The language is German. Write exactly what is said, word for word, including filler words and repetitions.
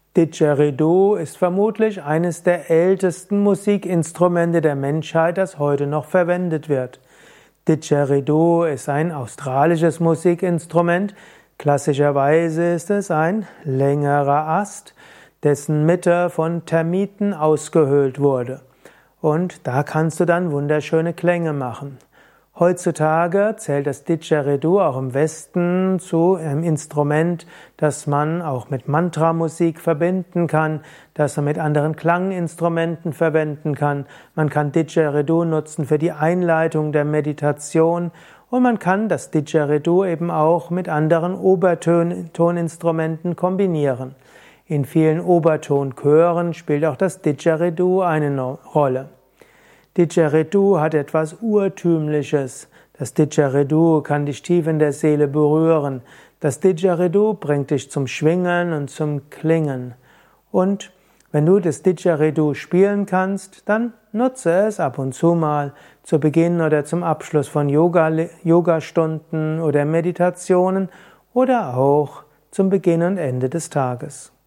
Didgeridoo ist vermutlich eines der ältesten Musikinstrumente der Menschheit, das heute noch verwendet wird. Didgeridoo ist ein australisches Musikinstrument. Klassischerweise ist es ein längerer Ast, dessen Mitte von Termiten ausgehöhlt wurde. Und da kannst du dann wunderschöne Klänge machen. Heutzutage zählt das Didgeridoo auch im Westen zu einem Instrument, das man auch mit Mantramusik verbinden kann, das man mit anderen Klanginstrumenten verwenden kann. Man kann Didgeridoo nutzen für die Einleitung der Meditation und man kann das Didgeridoo eben auch mit anderen Obertoninstrumenten kombinieren. In vielen Obertonchören spielt auch das Didgeridoo eine Rolle. Didgeridoo hat etwas Urtümliches. Das Didgeridoo kann dich tief in der Seele berühren. Das Didgeridoo bringt dich zum Schwingen und zum Klingen. Und wenn du das Didgeridoo spielen kannst, dann nutze es ab und zu mal zu Beginn oder zum Abschluss von Yoga, Yogastunden oder Meditationen oder auch zum Beginn und Ende des Tages.